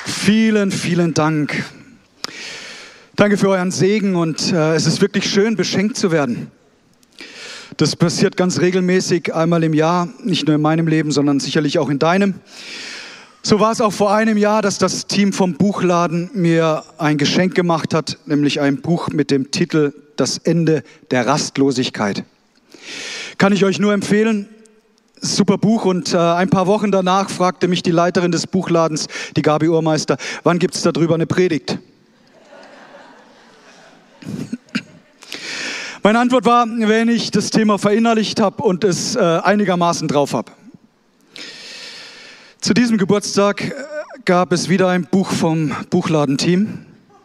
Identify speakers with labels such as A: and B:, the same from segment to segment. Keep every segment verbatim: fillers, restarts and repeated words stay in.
A: Vielen, vielen Dank. Danke für euren Segen und äh, es ist wirklich schön, beschenkt zu werden. Das passiert ganz regelmäßig, einmal im Jahr, nicht nur in meinem Leben, sondern sicherlich auch in deinem. So war es auch vor einem Jahr, dass das Team vom Buchladen mir ein Geschenk gemacht hat, nämlich ein Buch mit dem Titel Das Ende der Rastlosigkeit. Kann ich euch nur empfehlen. Super Buch und äh, ein paar Wochen danach fragte mich die Leiterin des Buchladens, die Gabi Urmeister, wann gibt es darüber eine Predigt? Meine Antwort war, wenn ich das Thema verinnerlicht habe und es äh, einigermaßen drauf habe. Zu diesem Geburtstag gab es wieder ein Buch vom Buchladenteam.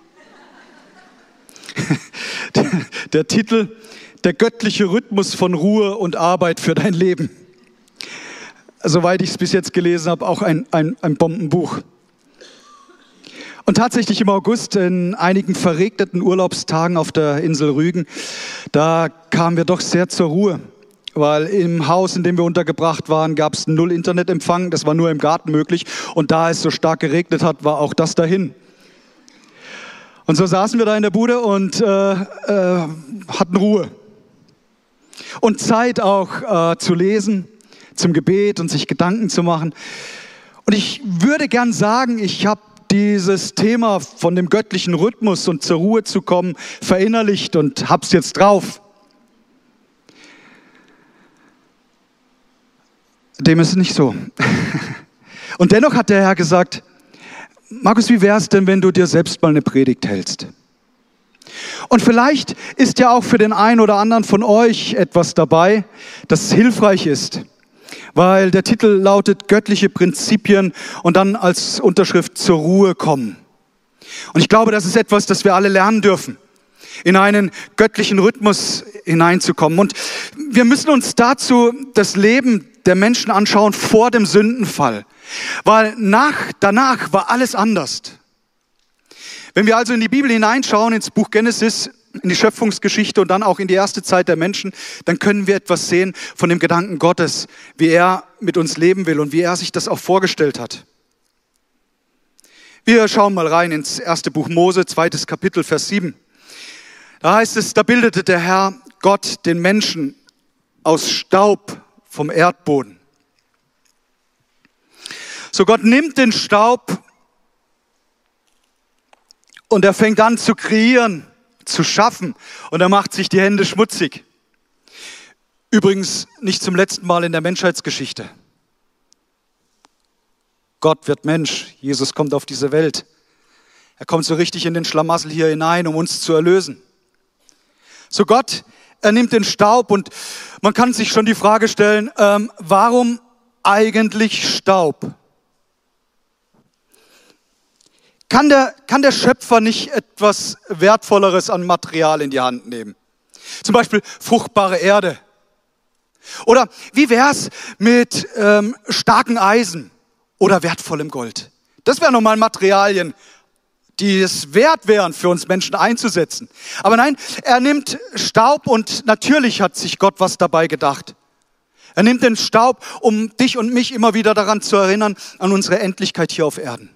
A: der, der Titel, Der göttliche Rhythmus von Ruhe und Arbeit für dein Leben. Soweit ich es bis jetzt gelesen habe, auch ein, ein, ein Bombenbuch. Und tatsächlich im August, in einigen verregneten Urlaubstagen auf der Insel Rügen, da kamen wir doch sehr zur Ruhe. Weil im Haus, in dem wir untergebracht waren, gab es null Internetempfang. Das war nur im Garten möglich. Und da es so stark geregnet hat, war auch das dahin. Und so saßen wir da in der Bude und äh, äh, hatten Ruhe. Und Zeit auch äh, zu lesen, zum Gebet und sich Gedanken zu machen. Und ich würde gern sagen, ich habe dieses Thema von dem göttlichen Rhythmus und zur Ruhe zu kommen verinnerlicht und hab's jetzt drauf. Dem ist nicht so. Und dennoch hat der Herr gesagt, Markus, wie wär's denn, wenn du dir selbst mal eine Predigt hältst? Und vielleicht ist ja auch für den einen oder anderen von euch etwas dabei, das hilfreich ist. Weil der Titel lautet Göttliche Prinzipien und dann als Unterschrift zur Ruhe kommen. Und ich glaube, das ist etwas, das wir alle lernen dürfen, in einen göttlichen Rhythmus hineinzukommen. Und wir müssen uns dazu das Leben der Menschen anschauen vor dem Sündenfall. Weil nach, danach war alles anders. Wenn wir also in die Bibel hineinschauen, ins Buch Genesis, in die Schöpfungsgeschichte und dann auch in die erste Zeit der Menschen, dann können wir etwas sehen von dem Gedanken Gottes, wie er mit uns leben will und wie er sich das auch vorgestellt hat. Wir schauen mal rein ins erste Buch Mose, zweites Kapitel, Vers sieben. Da heißt es, da bildete der Herr Gott den Menschen aus Staub vom Erdboden. So Gott nimmt den Staub und er fängt an zu kreieren, zu schaffen und er macht sich die Hände schmutzig. Übrigens nicht zum letzten Mal in der Menschheitsgeschichte. Gott wird Mensch, Jesus kommt auf diese Welt. Er kommt so richtig in den Schlamassel hier hinein, um uns zu erlösen. So Gott, er nimmt den Staub und man kann sich schon die Frage stellen, ähm, warum eigentlich Staub? Kann der, kann der Schöpfer nicht etwas Wertvolleres an Material in die Hand nehmen? Zum Beispiel fruchtbare Erde. Oder wie wär's mit ähm, starkem Eisen oder wertvollem Gold? Das wären nochmal Materialien, die es wert wären, für uns Menschen einzusetzen. Aber nein, er nimmt Staub und natürlich hat sich Gott was dabei gedacht. Er nimmt den Staub, um dich und mich immer wieder daran zu erinnern, an unsere Endlichkeit hier auf Erden.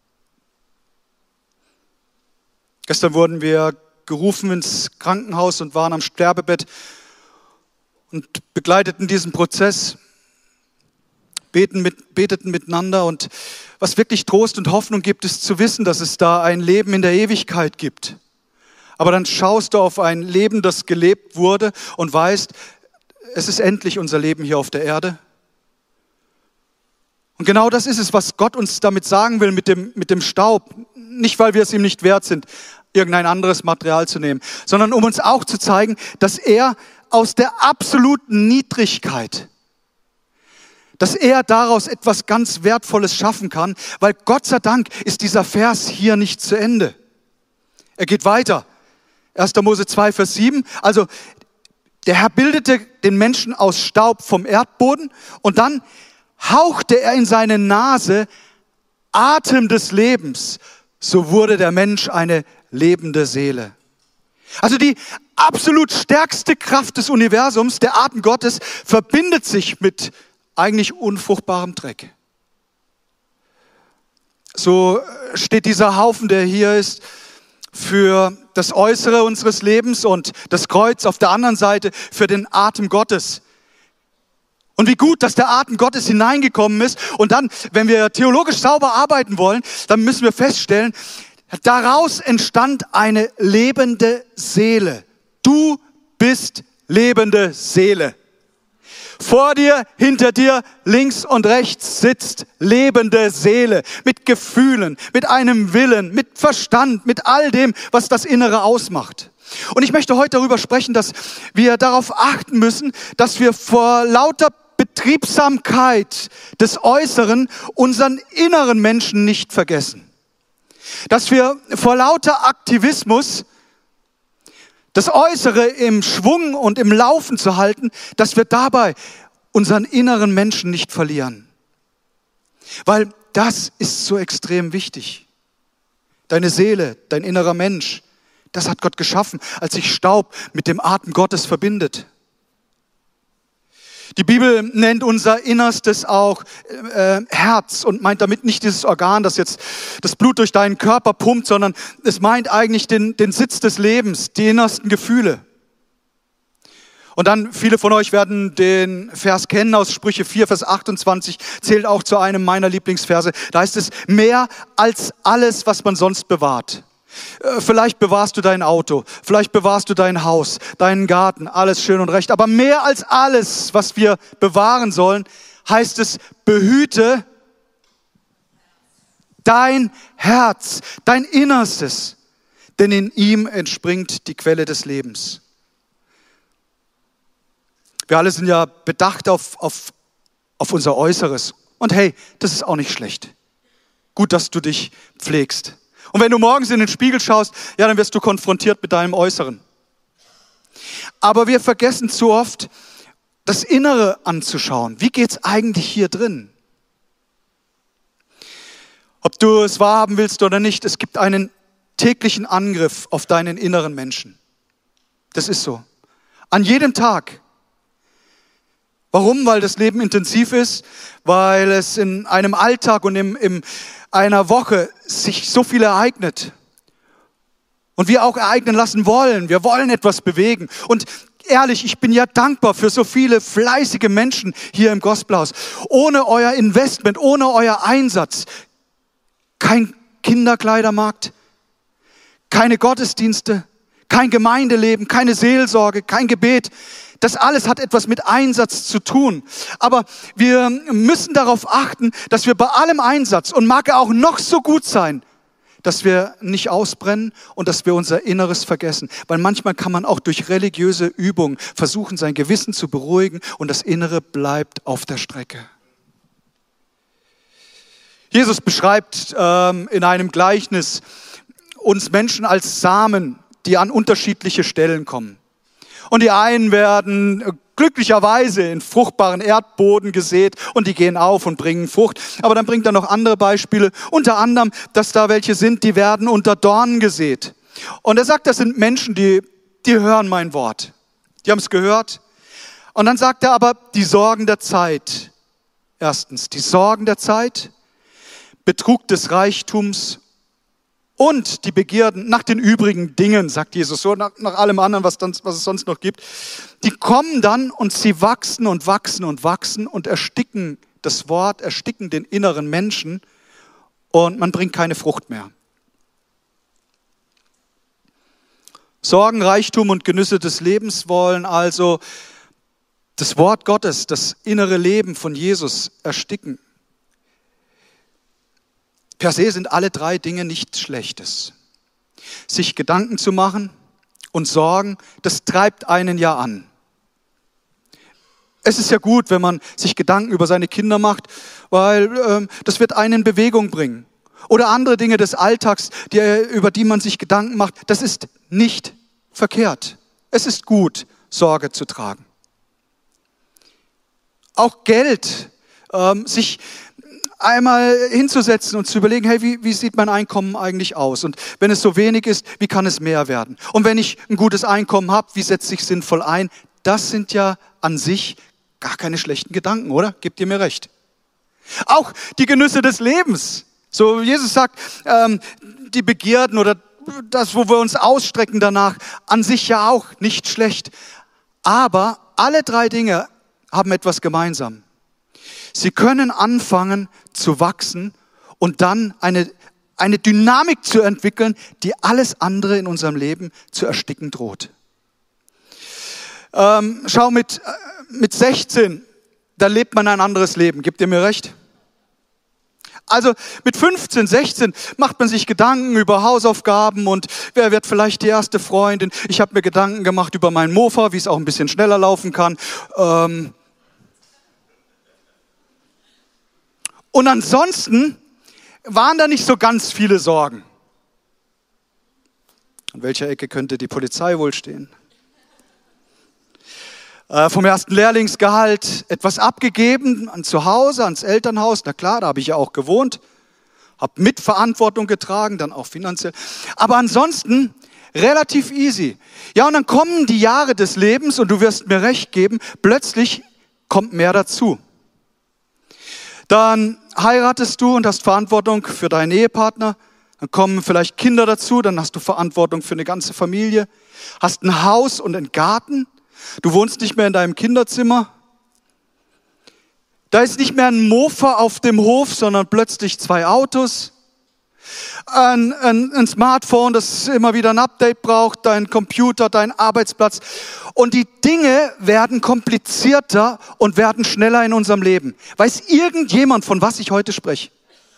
A: Gestern wurden wir gerufen ins Krankenhaus und waren am Sterbebett und begleiteten diesen Prozess, beten mit, beteten miteinander. Und was wirklich Trost und Hoffnung gibt, ist zu wissen, dass es da ein Leben in der Ewigkeit gibt. Aber dann schaust du auf ein Leben, das gelebt wurde und weißt, es ist endlich unser Leben hier auf der Erde. Und genau das ist es, was Gott uns damit sagen will mit dem, mit dem Staub. Nicht, weil wir es ihm nicht wert sind, irgendein anderes Material zu nehmen, sondern um uns auch zu zeigen, dass er aus der absoluten Niedrigkeit, dass er daraus etwas ganz Wertvolles schaffen kann, weil Gott sei Dank ist dieser Vers hier nicht zu Ende. Er geht weiter. erster Mose zwei, Vers sieben. Also der Herr bildete den Menschen aus Staub vom Erdboden und dann hauchte er in seine Nase Atem des Lebens. So wurde der Mensch eine lebende Seele. Also die absolut stärkste Kraft des Universums, der Atem Gottes, verbindet sich mit eigentlich unfruchtbarem Dreck. So steht dieser Haufen, der hier ist, für das Äußere unseres Lebens und das Kreuz auf der anderen Seite für den Atem Gottes. Und wie gut, dass der Atem Gottes hineingekommen ist. Und dann, wenn wir theologisch sauber arbeiten wollen, dann müssen wir feststellen, daraus entstand eine lebende Seele. Du bist lebende Seele. Vor dir, hinter dir, links und rechts sitzt lebende Seele mit Gefühlen, mit einem Willen, mit Verstand, mit all dem, was das Innere ausmacht. Und ich möchte heute darüber sprechen, dass wir darauf achten müssen, dass wir vor lauter Betriebsamkeit des Äußeren unseren inneren Menschen nicht vergessen. Dass wir vor lauter Aktivismus das Äußere im Schwung und im Laufen zu halten, dass wir dabei unseren inneren Menschen nicht verlieren. Weil das ist so extrem wichtig. Deine Seele, dein innerer Mensch, das hat Gott geschaffen, als sich Staub mit dem Atem Gottes verbindet. Die Bibel nennt unser Innerstes auch äh, Herz und meint damit nicht dieses Organ, das jetzt das Blut durch deinen Körper pumpt, sondern es meint eigentlich den, den Sitz des Lebens, die innersten Gefühle. Und dann, viele von euch werden den Vers kennen aus Sprüche vier, Vers achtundzwanzig, zählt auch zu einem meiner Lieblingsverse. Da heißt es, mehr als alles, was man sonst bewahrt. Vielleicht bewahrst du dein Auto, vielleicht bewahrst du dein Haus, deinen Garten, alles schön und recht. Aber mehr als alles, was wir bewahren sollen, heißt es, behüte dein Herz, dein Innerstes, denn in ihm entspringt die Quelle des Lebens. Wir alle sind ja bedacht auf, auf, auf unser Äußeres. Und hey, das ist auch nicht schlecht. Gut, dass du dich pflegst. Und wenn du morgens in den Spiegel schaust, ja, dann wirst du konfrontiert mit deinem Äußeren. Aber wir vergessen zu oft, das Innere anzuschauen. Wie geht's eigentlich hier drin? Ob du es wahrhaben willst oder nicht, es gibt einen täglichen Angriff auf deinen inneren Menschen. Das ist so. An jedem Tag. Warum? Weil das Leben intensiv ist, weil es in einem Alltag und in, in einer Woche sich so viel ereignet. Und wir auch ereignen lassen wollen. Wir wollen etwas bewegen. Und ehrlich, ich bin ja dankbar für so viele fleißige Menschen hier im Gospelhaus. Ohne euer Investment, ohne euer Einsatz, kein Kinderkleidermarkt, keine Gottesdienste, kein Gemeindeleben, keine Seelsorge, kein Gebet. Das alles hat etwas mit Einsatz zu tun. Aber wir müssen darauf achten, dass wir bei allem Einsatz, und mag er auch noch so gut sein, dass wir nicht ausbrennen und dass wir unser Inneres vergessen. Weil manchmal kann man auch durch religiöse Übungen versuchen, sein Gewissen zu beruhigen und das Innere bleibt auf der Strecke. Jesus beschreibt ähm, in einem Gleichnis uns Menschen als Samen, die an unterschiedliche Stellen kommen. Und die einen werden glücklicherweise in fruchtbaren Erdboden gesät und die gehen auf und bringen Frucht. Aber dann bringt er noch andere Beispiele, unter anderem, dass da welche sind, die werden unter Dornen gesät. Und er sagt, das sind Menschen, die, die hören mein Wort. Die haben es gehört. Und dann sagt er aber, die Sorgen der Zeit. Erstens, die Sorgen der Zeit, Betrug des Reichtums und die Begierden nach den übrigen Dingen, sagt Jesus, so nach, nach allem anderen, was, dann, was es sonst noch gibt, die kommen dann und sie wachsen und wachsen und wachsen und ersticken das Wort, ersticken den inneren Menschen und man bringt keine Frucht mehr. Sorgen, Reichtum und Genüsse des Lebens wollen also das Wort Gottes, das innere Leben von Jesus ersticken. Per se sind alle drei Dinge nichts Schlechtes. Sich Gedanken zu machen und Sorgen, das treibt einen ja an. Es ist ja gut, wenn man sich Gedanken über seine Kinder macht, weil ähm, das wird einen in Bewegung bringen. Oder andere Dinge des Alltags, die, über die man sich Gedanken macht, das ist nicht verkehrt. Es ist gut, Sorge zu tragen. Auch Geld, ähm, sich einmal hinzusetzen und zu überlegen, hey, wie, wie sieht mein Einkommen eigentlich aus? Und wenn es so wenig ist, wie kann es mehr werden? Und wenn ich ein gutes Einkommen habe, wie setze ich sinnvoll ein? Das sind ja an sich gar keine schlechten Gedanken, oder? Gebt ihr mir recht? Auch die Genüsse des Lebens So, Jesus sagt, ähm, die Begierden oder das, wo wir uns ausstrecken danach, an sich ja auch nicht schlecht. Aber alle drei Dinge haben etwas gemeinsam. Sie können anfangen zu wachsen und dann eine, eine Dynamik zu entwickeln, die alles andere in unserem Leben zu ersticken droht. Ähm, schau, mit, mit sechzehn, da lebt man ein anderes Leben. Gebt ihr mir recht? Also mit fünfzehn, sechzehn macht man sich Gedanken über Hausaufgaben und wer wird vielleicht die erste Freundin. Ich habe mir Gedanken gemacht über meinen Mofa, wie es auch ein bisschen schneller laufen kann. Ähm und ansonsten waren da nicht so ganz viele Sorgen. An welcher Ecke könnte die Polizei wohl stehen? Äh, vom ersten Lehrlingsgehalt etwas abgegeben, an zu Hause, ans Elternhaus. Na klar, da habe ich ja auch gewohnt, habe Mitverantwortung getragen, dann auch finanziell. Aber ansonsten relativ easy. Ja, und dann kommen die Jahre des Lebens und du wirst mir recht geben, plötzlich kommt mehr dazu. Dann heiratest du und hast Verantwortung für deinen Ehepartner. Dann kommen vielleicht Kinder dazu, dann hast du Verantwortung für eine ganze Familie. Hast ein Haus und einen Garten. Du wohnst nicht mehr in deinem Kinderzimmer. Da ist nicht mehr ein Mofa auf dem Hof, sondern plötzlich zwei Autos. Ein, ein, ein Smartphone, das immer wieder ein Update braucht, dein Computer, dein Arbeitsplatz. Und die Dinge werden komplizierter und werden schneller in unserem Leben. Weiß irgendjemand, von was ich heute spreche?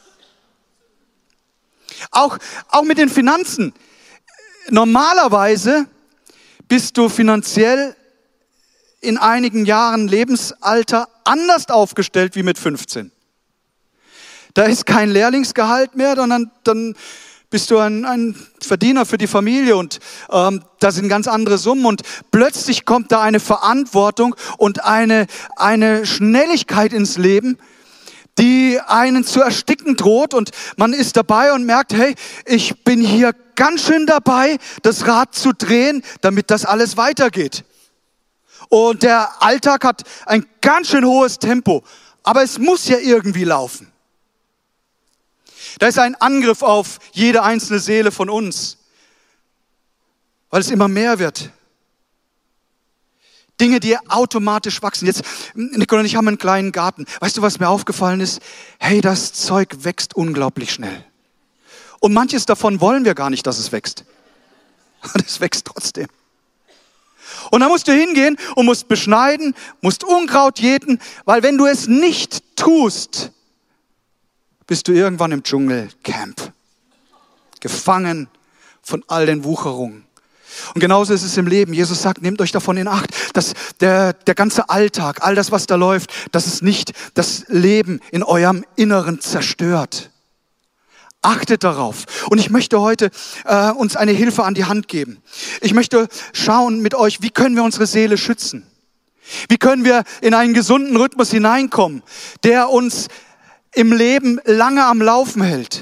A: Auch, auch mit den Finanzen. Normalerweise bist du finanziell in einigen Jahren Lebensalter anders aufgestellt wie mit fünfzehn. Da ist kein Lehrlingsgehalt mehr, sondern dann bist du ein, ein Verdiener für die Familie und ähm, da sind ganz andere Summen und plötzlich kommt da eine Verantwortung und eine, eine Schnelligkeit ins Leben, die einen zu ersticken droht und man ist dabei und merkt, hey, ich bin hier ganz schön dabei, das Rad zu drehen, damit das alles weitergeht. Und der Alltag hat ein ganz schön hohes Tempo, aber es muss ja irgendwie laufen. Da ist ein Angriff auf jede einzelne Seele von uns, weil es immer mehr wird. Dinge, die automatisch wachsen. Jetzt, Nicole und ich haben einen kleinen Garten. Weißt du, was mir aufgefallen ist? Hey, das Zeug wächst unglaublich schnell. Und manches davon wollen wir gar nicht, dass es wächst. Und es wächst trotzdem. Und dann musst du hingehen und musst beschneiden, musst Unkraut jäten, weil wenn du es nicht tust, bist du irgendwann im Dschungelcamp. Gefangen von all den Wucherungen. Und genauso ist es im Leben. Jesus sagt, nehmt euch davon in Acht, dass der, der ganze Alltag, all das, was da läuft, dass es nicht das Leben in eurem Inneren zerstört. Achtet darauf. Und ich möchte heute äh, uns eine Hilfe an die Hand geben. Ich möchte schauen mit euch, wie können wir unsere Seele schützen? Wie können wir in einen gesunden Rhythmus hineinkommen, der uns im Leben lange am Laufen hält?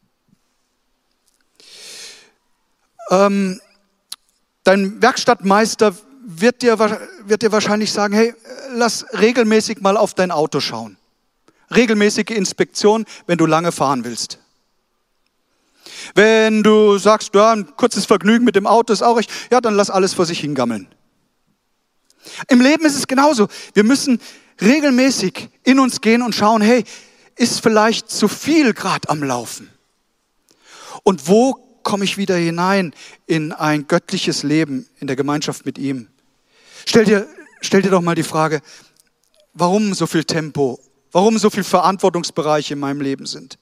A: Ähm, dein Werkstattmeister wird dir, wird dir wahrscheinlich sagen, hey, lass regelmäßig mal auf dein Auto schauen. Regelmäßige Inspektion, wenn du lange fahren willst. Wenn du sagst, ja, ein kurzes Vergnügen mit dem Auto ist auch recht, ja, dann lass alles vor sich hingammeln. Im Leben ist es genauso. Wir müssen regelmäßig in uns gehen und schauen, hey, ist vielleicht zu viel gerade am Laufen? Und wo komme ich wieder hinein in ein göttliches Leben, in der Gemeinschaft mit ihm? Stell dir, stell dir doch mal die Frage, warum so viel Tempo? Warum so viel Verantwortungsbereiche in meinem Leben sind?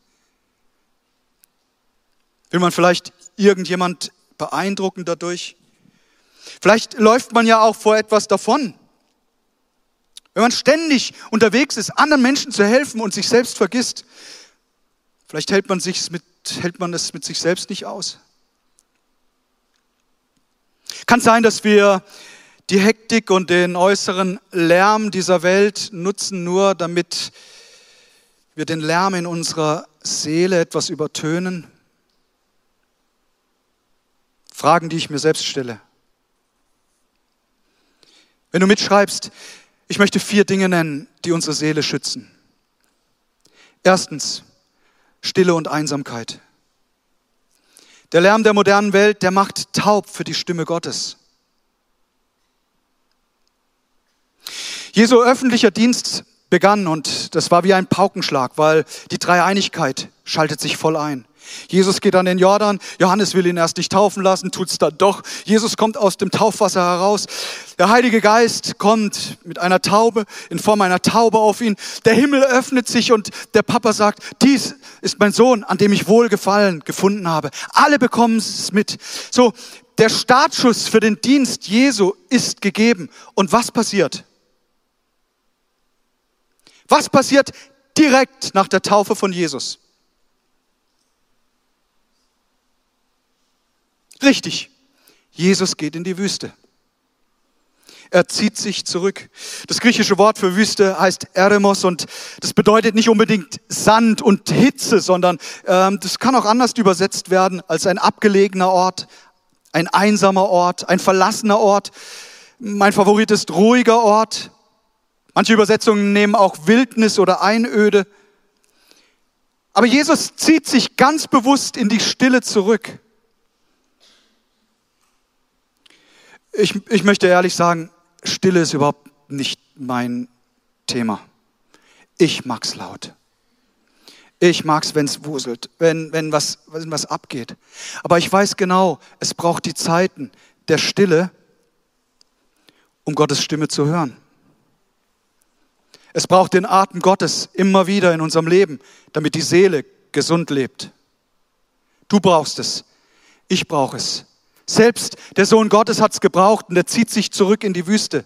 A: Will man vielleicht irgendjemand beeindrucken dadurch? Vielleicht läuft man ja auch vor etwas davon. Wenn man ständig unterwegs ist, anderen Menschen zu helfen und sich selbst vergisst, vielleicht hält man, sich's mit, hält man es mit sich selbst nicht aus. Kann sein, dass wir die Hektik und den äußeren Lärm dieser Welt nutzen, nur damit wir den Lärm in unserer Seele etwas übertönen. Fragen, die ich mir selbst stelle. Wenn du mitschreibst, ich möchte vier Dinge nennen, die unsere Seele schützen. Erstens, Stille und Einsamkeit. Der Lärm der modernen Welt, der macht taub für die Stimme Gottes. Jesu öffentlicher Dienst begann und das war wie ein Paukenschlag, weil die Dreieinigkeit schaltet sich voll ein. Jesus geht an den Jordan, Johannes will ihn erst nicht taufen lassen, tut's dann doch. Jesus kommt aus dem Taufwasser heraus. Der Heilige Geist kommt mit einer Taube, in Form einer Taube auf ihn. Der Himmel öffnet sich und der Papa sagt, dies ist mein Sohn, an dem ich Wohlgefallen gefunden habe. Alle bekommen es mit. So, der Startschuss für den Dienst Jesu ist gegeben. Und was passiert? Was passiert direkt nach der Taufe von Jesus? Richtig, Jesus geht in die Wüste. Er zieht sich zurück. Das griechische Wort für Wüste heißt Eremos und das bedeutet nicht unbedingt Sand und Hitze, sondern ähm, das kann auch anders übersetzt werden als ein abgelegener Ort, ein einsamer Ort, ein verlassener Ort. Mein Favorit ist ruhiger Ort. Manche Übersetzungen nehmen auch Wildnis oder Einöde. Aber Jesus zieht sich ganz bewusst in die Stille zurück. Ich, ich möchte ehrlich sagen, Stille ist überhaupt nicht mein Thema. Ich mag's laut. Ich mag's, wenn's wuselt, wenn, wenn, was, wenn was abgeht. Aber ich weiß genau, es braucht die Zeiten der Stille, um Gottes Stimme zu hören. Es braucht den Atem Gottes immer wieder in unserem Leben, damit die Seele gesund lebt. Du brauchst es. Ich brauche es. Selbst der Sohn Gottes hat es gebraucht und er zieht sich zurück in die Wüste.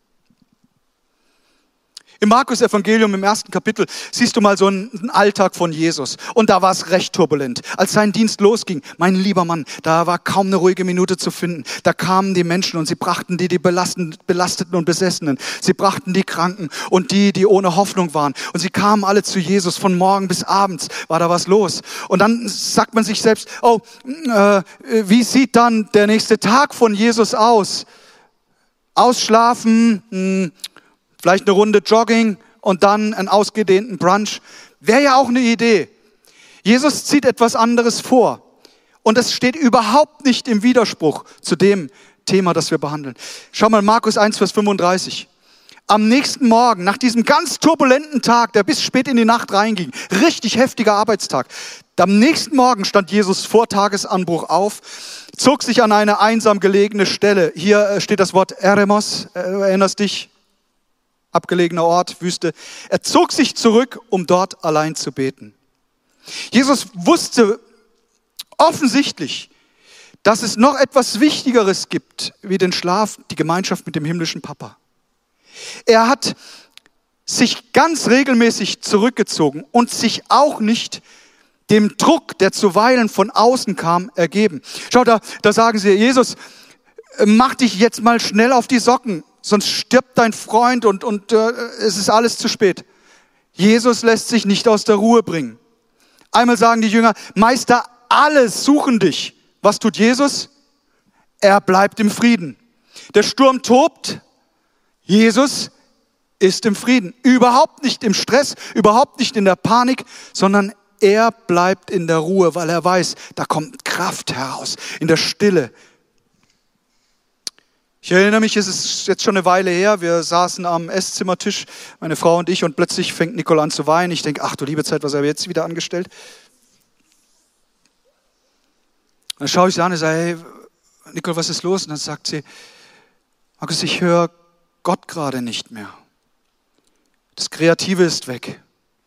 A: Im Markus-Evangelium im ersten Kapitel siehst du mal so einen Alltag von Jesus. Und da war es recht turbulent. Als sein Dienst losging, mein lieber Mann, da war kaum eine ruhige Minute zu finden. Da kamen die Menschen und sie brachten die, die Belasteten und Besessenen. Sie brachten die Kranken und die, die ohne Hoffnung waren. Und sie kamen alle zu Jesus. Von morgen bis abends war da was los. Und dann sagt man sich selbst, oh, äh, wie sieht dann der nächste Tag von Jesus aus? Ausschlafen, mh, vielleicht eine Runde Jogging und dann einen ausgedehnten Brunch. Wäre ja auch eine Idee. Jesus zieht etwas anderes vor. Und es steht überhaupt nicht im Widerspruch zu dem Thema, das wir behandeln. Schau mal, Markus eins, Vers fünfunddreißig. Am nächsten Morgen, nach diesem ganz turbulenten Tag, der bis spät in die Nacht reinging, richtig heftiger Arbeitstag. Am nächsten Morgen stand Jesus vor Tagesanbruch auf, zog sich an eine einsam gelegene Stelle. Hier steht das Wort Eremos, erinnerst dich? Abgelegener Ort, Wüste. Er zog sich zurück, um dort allein zu beten. Jesus wusste offensichtlich, dass es noch etwas Wichtigeres gibt, wie den Schlaf, die Gemeinschaft mit dem himmlischen Papa. Er hat sich ganz regelmäßig zurückgezogen und sich auch nicht dem Druck, der zuweilen von außen kam, ergeben. Schau, da, da sagen sie, Jesus, mach dich jetzt mal schnell auf die Socken, sonst stirbt dein Freund und, und äh, es ist alles zu spät. Jesus lässt sich nicht aus der Ruhe bringen. Einmal sagen die Jünger, Meister, alle suchen dich. Was tut Jesus? Er bleibt im Frieden. Der Sturm tobt, Jesus ist im Frieden. Überhaupt nicht im Stress, überhaupt nicht in der Panik, sondern er bleibt in der Ruhe, weil er weiß, da kommt Kraft heraus, in der Stille. Ich erinnere mich, es ist jetzt schon eine Weile her, wir saßen am Esszimmertisch, meine Frau und ich, und plötzlich fängt Nicole an zu weinen. Ich denke, ach du liebe Zeit, was habe ich jetzt wieder angestellt? Und dann schaue ich sie an und sage, hey, Nicole, was ist los? Und dann sagt sie, Markus, ich höre Gott gerade nicht mehr. Das Kreative ist weg.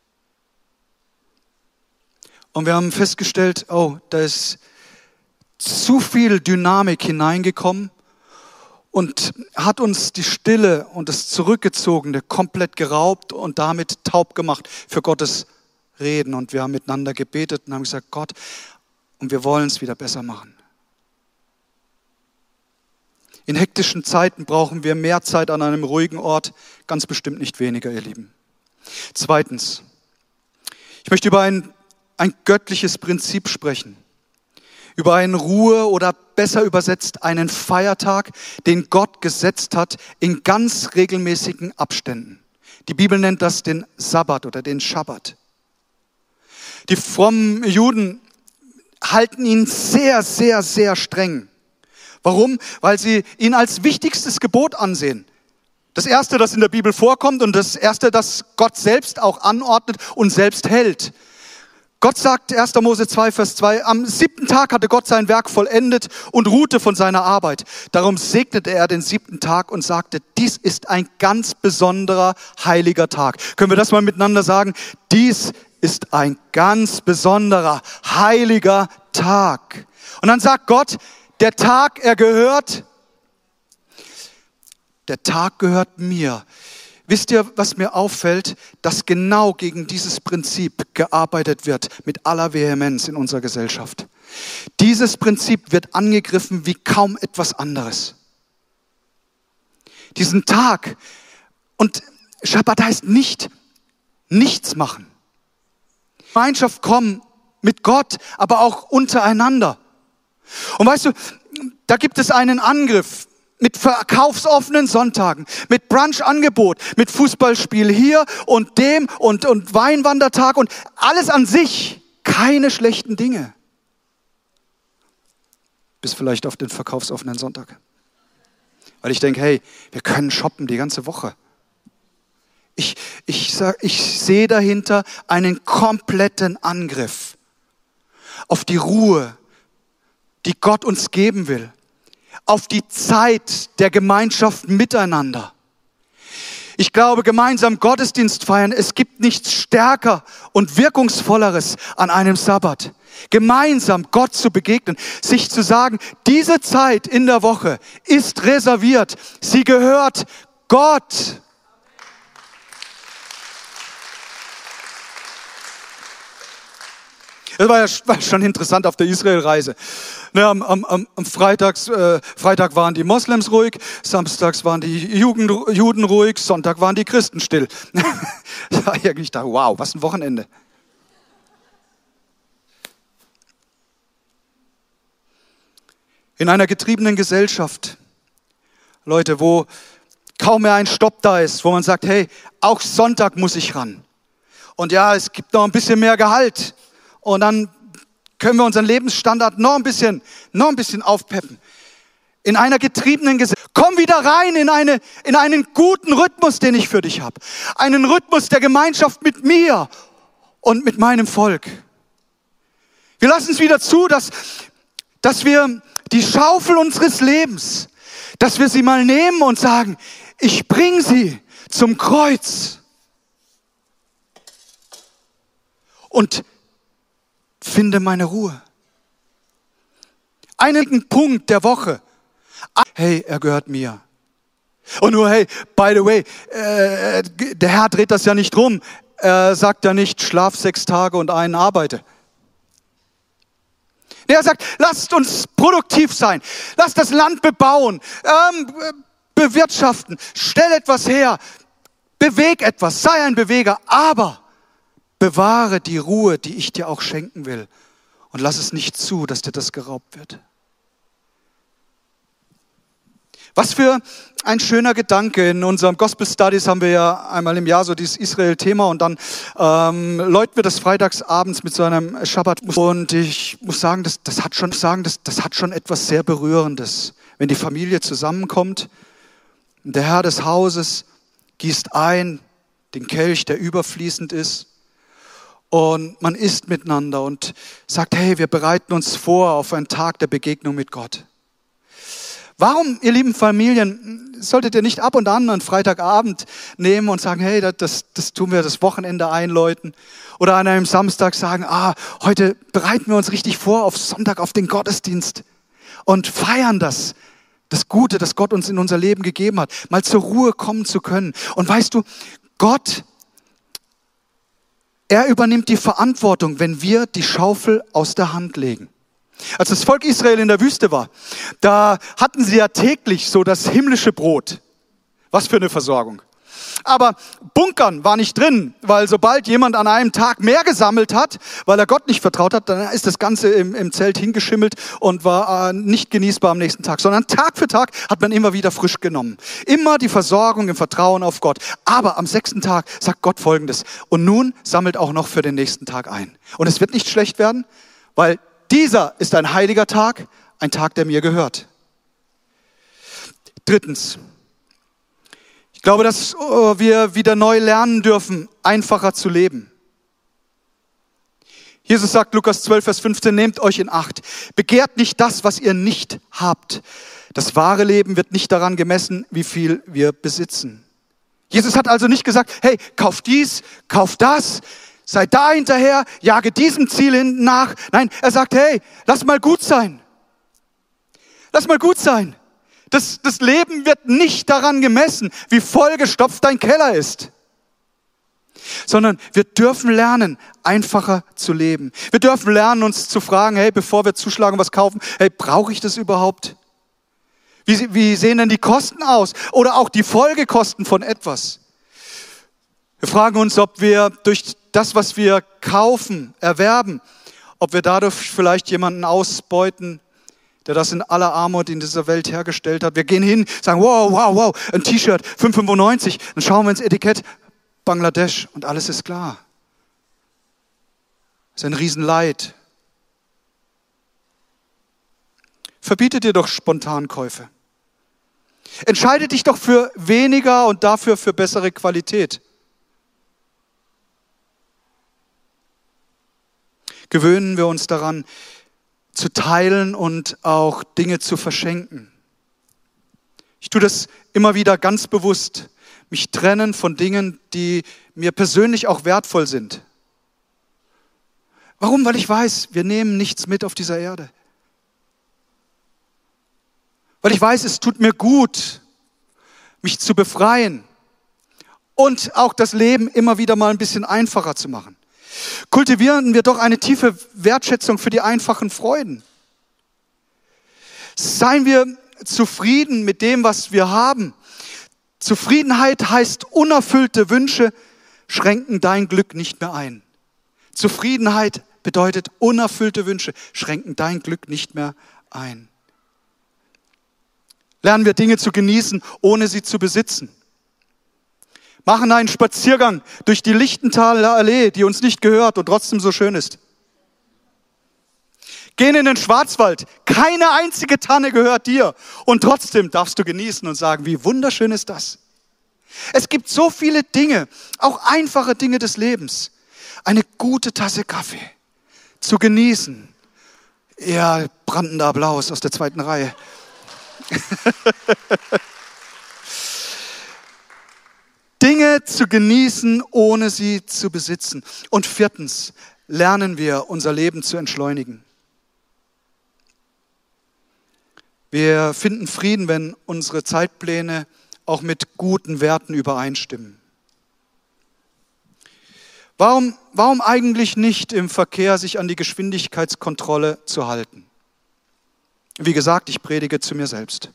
A: Und wir haben festgestellt, oh, da ist zu viel Dynamik hineingekommen und hat uns die Stille und das Zurückgezogene komplett geraubt und damit taub gemacht für Gottes Reden. Und wir haben miteinander gebetet und haben gesagt, Gott, und wir wollen es wieder besser machen. In hektischen Zeiten brauchen wir mehr Zeit an einem ruhigen Ort, ganz bestimmt nicht weniger, ihr Lieben. Zweitens, ich möchte über ein, ein göttliches Prinzip sprechen. Über eine Ruhe oder besser übersetzt einen Feiertag, den Gott gesetzt hat in ganz regelmäßigen Abständen. Die Bibel nennt das den Sabbat oder den Schabbat. Die frommen Juden halten ihn sehr, sehr, sehr streng. Warum? Weil sie ihn als wichtigstes Gebot ansehen. Das erste, das in der Bibel vorkommt und das erste, das Gott selbst auch anordnet und selbst hält. Gott sagt, erster Mose zwei, Vers zwei, am siebten Tag hatte Gott sein Werk vollendet und ruhte von seiner Arbeit. Darum segnete er den siebten Tag und sagte, dies ist ein ganz besonderer heiliger Tag. Können wir das mal miteinander sagen? Dies ist ein ganz besonderer heiliger Tag. Und dann sagt Gott, der Tag, er gehört, der Tag gehört mir. Wisst ihr, was mir auffällt? Dass genau gegen dieses Prinzip gearbeitet wird mit aller Vehemenz in unserer Gesellschaft. Dieses Prinzip wird angegriffen wie kaum etwas anderes. Diesen Tag, und Schabbat heißt nicht nichts machen. Gemeinschaft kommen mit Gott, aber auch untereinander. Und weißt du, da gibt es einen Angriff. Mit verkaufsoffenen Sonntagen, mit Brunch-Angebot, mit Fußballspiel hier und dem und, und Weinwandertag und alles an sich keine schlechten Dinge. Bis vielleicht auf den verkaufsoffenen Sonntag. Weil ich denke, hey, wir können shoppen die ganze Woche. Ich, ich, sag, ich sehe dahinter einen kompletten Angriff auf die Ruhe, die Gott uns geben will. Auf die Zeit der Gemeinschaft miteinander. Ich glaube, gemeinsam Gottesdienst feiern, es gibt nichts stärker und wirkungsvolleres an einem Sabbat. Gemeinsam Gott zu begegnen, sich zu sagen, diese Zeit in der Woche ist reserviert, sie gehört Gott. Das war ja war schon interessant auf der Israelreise. Ja, am, am, am Freitags, äh, Freitag waren die Moslems ruhig, samstags waren die Jugend, Juden ruhig, Sonntag waren die Christen still. Da war ich da, wow, was ein Wochenende. In einer getriebenen Gesellschaft, Leute, wo kaum mehr ein Stopp da ist, wo man sagt, hey, auch Sonntag muss ich ran. Und ja, es gibt noch ein bisschen mehr Gehalt. Und dann können wir unseren Lebensstandard noch ein bisschen, noch ein bisschen aufpeppen. In einer getriebenen Gesellschaft. Komm wieder rein in, eine, in einen guten Rhythmus, den ich für dich habe. Einen Rhythmus der Gemeinschaft mit mir und mit meinem Volk. Wir lassen es wieder zu, dass, dass wir die Schaufel unseres Lebens, dass wir sie mal nehmen und sagen, ich bringe sie zum Kreuz. Und finde meine Ruhe. Einen Punkt der Woche. Hey, er gehört mir. Und nur, hey, by the way, äh, der Herr dreht das ja nicht rum. Er sagt ja nicht, schlaf sechs Tage und einen arbeite. Nee, er sagt, lasst uns produktiv sein. Lasst das Land bebauen, ähm, bewirtschaften. Stell etwas her. Beweg etwas. Sei ein Beweger. Aber bewahre die Ruhe, die ich dir auch schenken will. Und lass es nicht zu, dass dir das geraubt wird. Was für ein schöner Gedanke. In unserem Gospel Studies haben wir ja einmal im Jahr so dieses Israel-Thema und dann ähm, läuten wir das freitagsabends mit so einem Schabbat. Und ich muss sagen, das, das, hat schon, sagen das, das hat schon etwas sehr Berührendes. Wenn die Familie zusammenkommt, der Herr des Hauses gießt ein den Kelch, der überfließend ist. Und man isst miteinander und sagt, hey, wir bereiten uns vor auf einen Tag der Begegnung mit Gott. Warum, ihr lieben Familien, solltet ihr nicht ab und an einen Freitagabend nehmen und sagen, hey, das, das tun wir das Wochenende einläuten? Oder an einem Samstag sagen, ah, heute bereiten wir uns richtig vor auf Sonntag, auf den Gottesdienst und feiern das, das Gute, das Gott uns in unser Leben gegeben hat, mal zur Ruhe kommen zu können. Und weißt du, Gott, er übernimmt die Verantwortung, wenn wir die Schaufel aus der Hand legen. Als das Volk Israel in der Wüste war, da hatten sie ja täglich so das himmlische Brot. Was für eine Versorgung. Aber bunkern war nicht drin, weil sobald jemand an einem Tag mehr gesammelt hat, weil er Gott nicht vertraut hat, dann ist das Ganze im, im Zelt hingeschimmelt und war äh, nicht genießbar am nächsten Tag, sondern Tag für Tag hat man immer wieder frisch genommen. Immer die Versorgung im Vertrauen auf Gott. Aber am sechsten Tag sagt Gott Folgendes: Und nun sammelt auch noch für den nächsten Tag ein. Und es wird nicht schlecht werden, weil dieser ist ein heiliger Tag, ein Tag, der mir gehört. Drittens. Ich glaube, dass wir wieder neu lernen dürfen, einfacher zu leben. Jesus sagt, Lukas zwölf, Vers fünfzehn, nehmt euch in Acht. Begehrt nicht das, was ihr nicht habt. Das wahre Leben wird nicht daran gemessen, wie viel wir besitzen. Jesus hat also nicht gesagt, hey, kauf dies, kauf das, sei da hinterher, jage diesem Ziel hinten nach. Nein, er sagt, hey, lass mal gut sein. Lass mal gut sein. Das, das Leben wird nicht daran gemessen, wie vollgestopft dein Keller ist. Sondern wir dürfen lernen, einfacher zu leben. Wir dürfen lernen, uns zu fragen, hey, bevor wir zuschlagen, was kaufen, hey, brauche ich das überhaupt? Wie, wie sehen denn die Kosten aus? Oder auch die Folgekosten von etwas? Wir fragen uns, ob wir durch das, was wir kaufen, erwerben, ob wir dadurch vielleicht jemanden ausbeuten, der das in aller Armut in dieser Welt hergestellt hat. Wir gehen hin, sagen, wow, wow, wow, ein T-Shirt, fünf fünfundneunzig. Dann schauen wir ins Etikett, Bangladesch, und alles ist klar. Das ist ein Riesenleid. Verbiete dir doch Spontankäufe. Entscheide dich doch für weniger und dafür für bessere Qualität. Gewöhnen wir uns daran, zu teilen und auch Dinge zu verschenken. Ich tue das immer wieder ganz bewusst, mich trennen von Dingen, die mir persönlich auch wertvoll sind. Warum? Weil ich weiß, wir nehmen nichts mit auf dieser Erde. Weil ich weiß, es tut mir gut, mich zu befreien und auch das Leben immer wieder mal ein bisschen einfacher zu machen. Kultivieren wir doch eine tiefe Wertschätzung für die einfachen Freuden. Seien wir zufrieden mit dem, was wir haben. Zufriedenheit heißt, unerfüllte Wünsche schränken dein Glück nicht mehr ein. Zufriedenheit bedeutet, unerfüllte Wünsche schränken dein Glück nicht mehr ein. Lernen wir Dinge zu genießen, ohne sie zu besitzen. Machen einen Spaziergang durch die Lichtenthaler Allee, die uns nicht gehört und trotzdem so schön ist. Gehen in den Schwarzwald, keine einzige Tanne gehört dir und trotzdem darfst du genießen und sagen, wie wunderschön ist das. Es gibt so viele Dinge, auch einfache Dinge des Lebens. Eine gute Tasse Kaffee zu genießen. Ja, brandender Applaus aus der zweiten Reihe. Dinge zu genießen, ohne sie zu besitzen. Und viertens, lernen wir, unser Leben zu entschleunigen. Wir finden Frieden, wenn unsere Zeitpläne auch mit guten Werten übereinstimmen. Warum, warum eigentlich nicht im Verkehr sich an die Geschwindigkeitskontrolle zu halten? Wie gesagt, ich predige zu mir selbst.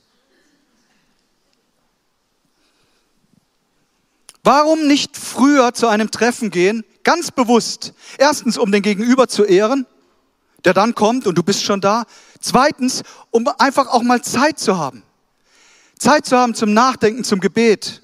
A: Warum nicht früher zu einem Treffen gehen, ganz bewusst? Erstens, um den Gegenüber zu ehren, der dann kommt und du bist schon da. Zweitens, um einfach auch mal Zeit zu haben. Zeit zu haben zum Nachdenken, zum Gebet.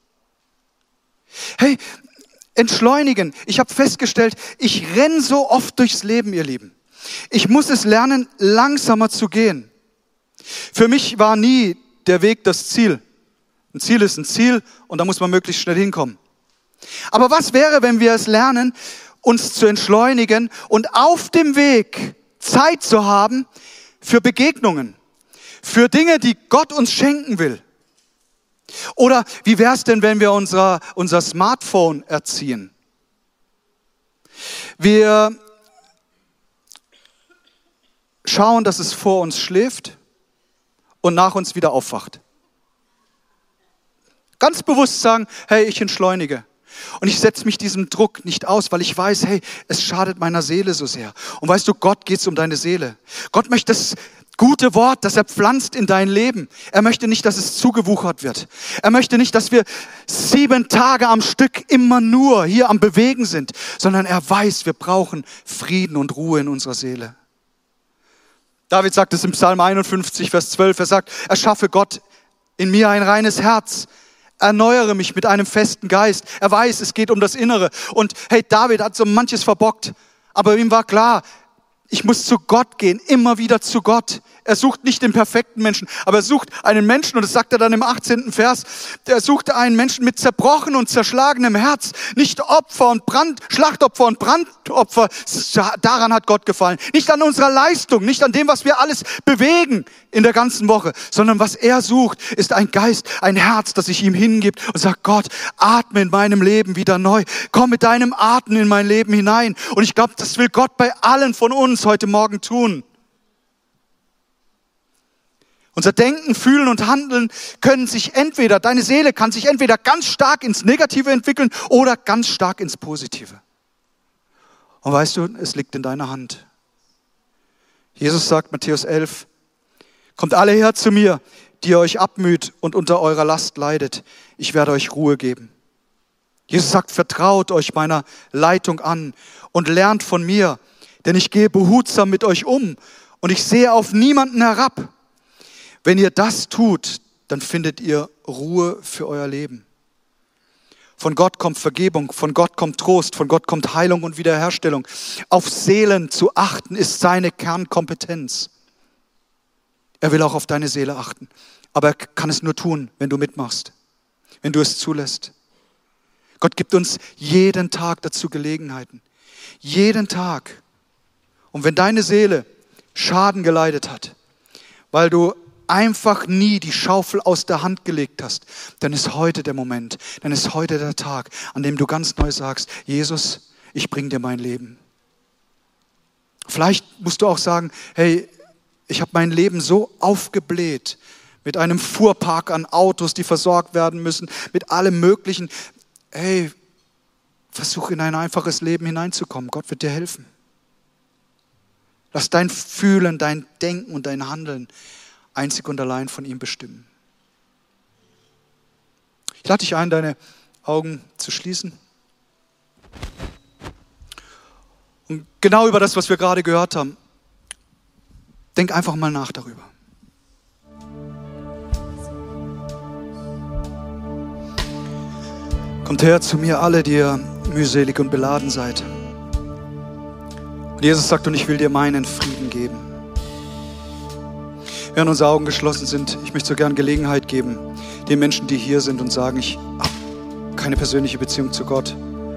A: Hey, entschleunigen. Ich habe festgestellt, ich renne so oft durchs Leben, ihr Lieben. Ich muss es lernen, langsamer zu gehen. Für mich war nie der Weg das Ziel. Ein Ziel ist ein Ziel und da muss man möglichst schnell hinkommen. Aber was wäre, wenn wir es lernen, uns zu entschleunigen und auf dem Weg Zeit zu haben für Begegnungen, für Dinge, die Gott uns schenken will? Oder wie wäre es denn, wenn wir unser, unser Smartphone erziehen? Wir schauen, dass es vor uns schläft und nach uns wieder aufwacht. Ganz bewusst sagen, hey, ich entschleunige. Und ich setze mich diesem Druck nicht aus, weil ich weiß, hey, es schadet meiner Seele so sehr. Und weißt du, Gott geht es um deine Seele. Gott möchte, das, gute Wort, das er pflanzt in dein Leben. Er möchte nicht, dass es zugewuchert wird. Er möchte nicht, dass wir sieben Tage am Stück immer nur hier am Bewegen sind, sondern er weiß, wir brauchen Frieden und Ruhe in unserer Seele. David sagt es im Psalm einundfünfzig, Vers zwölf. Er sagt, erschaffe Gott in mir ein reines Herz. Erneuere mich mit einem festen Geist. Er weiß, es geht um das Innere. Und hey, David hat so manches verbockt. Aber ihm war klar, ich muss zu Gott gehen, immer wieder zu Gott. Er sucht nicht den perfekten Menschen, aber er sucht einen Menschen, und das sagt er dann im achtzehnten Vers, er suchte einen Menschen mit zerbrochenem und zerschlagenem Herz, nicht Opfer und Brand, Schlachtopfer und Brandopfer, daran hat Gott gefallen. Nicht an unserer Leistung, nicht an dem, was wir alles bewegen in der ganzen Woche, sondern was er sucht, ist ein Geist, ein Herz, das sich ihm hingibt und sagt, Gott, atme in meinem Leben wieder neu. Komm mit deinem Atem in mein Leben hinein. Und ich glaube, das will Gott bei allen von uns heute Morgen tun. Unser Denken, Fühlen und Handeln können sich entweder, deine Seele kann sich entweder ganz stark ins Negative entwickeln oder ganz stark ins Positive. Und weißt du, es liegt in deiner Hand. Jesus sagt, Matthäus elf, kommt alle her zu mir, die ihr euch abmüht und unter eurer Last leidet. Ich werde euch Ruhe geben. Jesus sagt, vertraut euch meiner Leitung an und lernt von mir, denn ich gehe behutsam mit euch um und ich sehe auf niemanden herab. Wenn ihr das tut, dann findet ihr Ruhe für euer Leben. Von Gott kommt Vergebung, von Gott kommt Trost, von Gott kommt Heilung und Wiederherstellung. Auf Seelen zu achten ist seine Kernkompetenz. Er will auch auf deine Seele achten, aber er kann es nur tun, wenn du mitmachst, wenn du es zulässt. Gott gibt uns jeden Tag dazu Gelegenheiten, jeden Tag. Und wenn deine Seele Schaden geleidet hat, weil du einfach nie die Schaufel aus der Hand gelegt hast, dann ist heute der Moment, dann ist heute der Tag, an dem du ganz neu sagst, Jesus, ich bringe dir mein Leben. Vielleicht musst du auch sagen, hey, ich habe mein Leben so aufgebläht mit einem Fuhrpark an Autos, die versorgt werden müssen, mit allem Möglichen. Hey, versuch in ein einfaches Leben hineinzukommen. Gott wird dir helfen. Lass dein Fühlen, dein Denken und dein Handeln einzig und allein von ihm bestimmen. Ich lade dich ein, deine Augen zu schließen. Und genau über das, was wir gerade gehört haben, denk einfach mal nach darüber. Kommt her zu mir alle, die ihr mühselig und beladen seid. Und Jesus sagt, und ich will dir meinen Frieden geben. Während unsere Augen geschlossen sind, ich möchte so gern Gelegenheit geben, den Menschen, die hier sind und sagen, ich habe keine persönliche Beziehung zu Gott.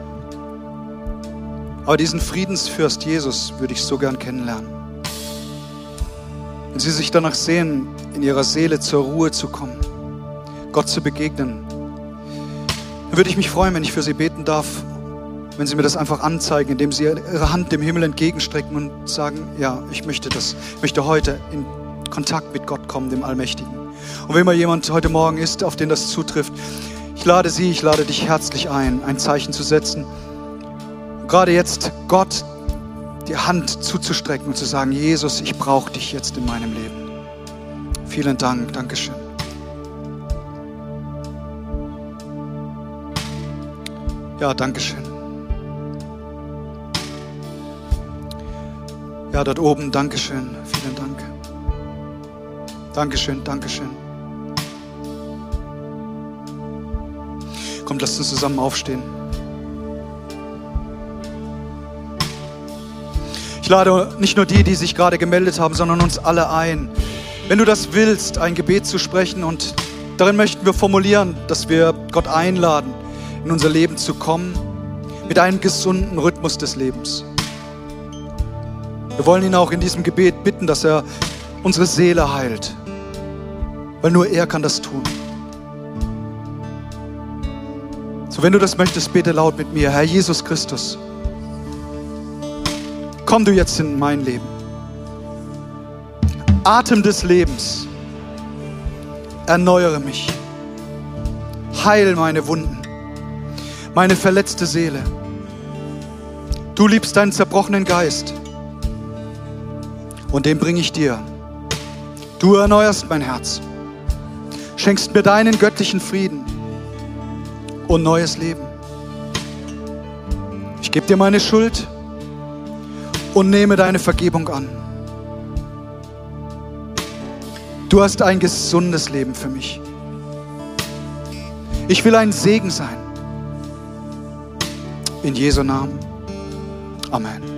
A: Aber diesen Friedensfürst Jesus würde ich so gern kennenlernen. Wenn sie sich danach sehen, in ihrer Seele zur Ruhe zu kommen, Gott zu begegnen, dann würde ich mich freuen, wenn ich für sie beten darf, wenn sie mir das einfach anzeigen, indem sie ihre Hand dem Himmel entgegenstrecken und sagen, ja, ich möchte das, ich möchte heute in Kontakt mit Gott kommen, dem Allmächtigen. Und wenn mal jemand heute Morgen ist, auf den das zutrifft, ich lade sie, ich lade dich herzlich ein, ein Zeichen zu setzen. Und gerade jetzt Gott die Hand zuzustrecken und zu sagen, Jesus, ich brauche dich jetzt in meinem Leben. Vielen Dank, Dankeschön. Ja, Dankeschön. Ja, dort oben, Dankeschön, vielen Dank. Dankeschön, Dankeschön. Kommt, lasst uns zusammen aufstehen. Ich lade nicht nur die, die sich gerade gemeldet haben, sondern uns alle ein. Wenn du das willst, ein Gebet zu sprechen, und darin möchten wir formulieren, dass wir Gott einladen, in unser Leben zu kommen, mit einem gesunden Rhythmus des Lebens. Wir wollen ihn auch in diesem Gebet bitten, dass er unsere Seele heilt, weil nur er kann das tun. So, wenn du das möchtest, bete laut mit mir. Herr Jesus Christus, komm du jetzt in mein Leben. Atem des Lebens, erneuere mich. Heil meine Wunden, meine verletzte Seele. Du liebst deinen zerbrochenen Geist und den bringe ich dir. Du erneuerst mein Herz, schenkst mir deinen göttlichen Frieden und neues Leben. Ich gebe dir meine Schuld und nehme deine Vergebung an. Du hast ein gesundes Leben für mich. Ich will ein Segen sein. In Jesu Namen. Amen.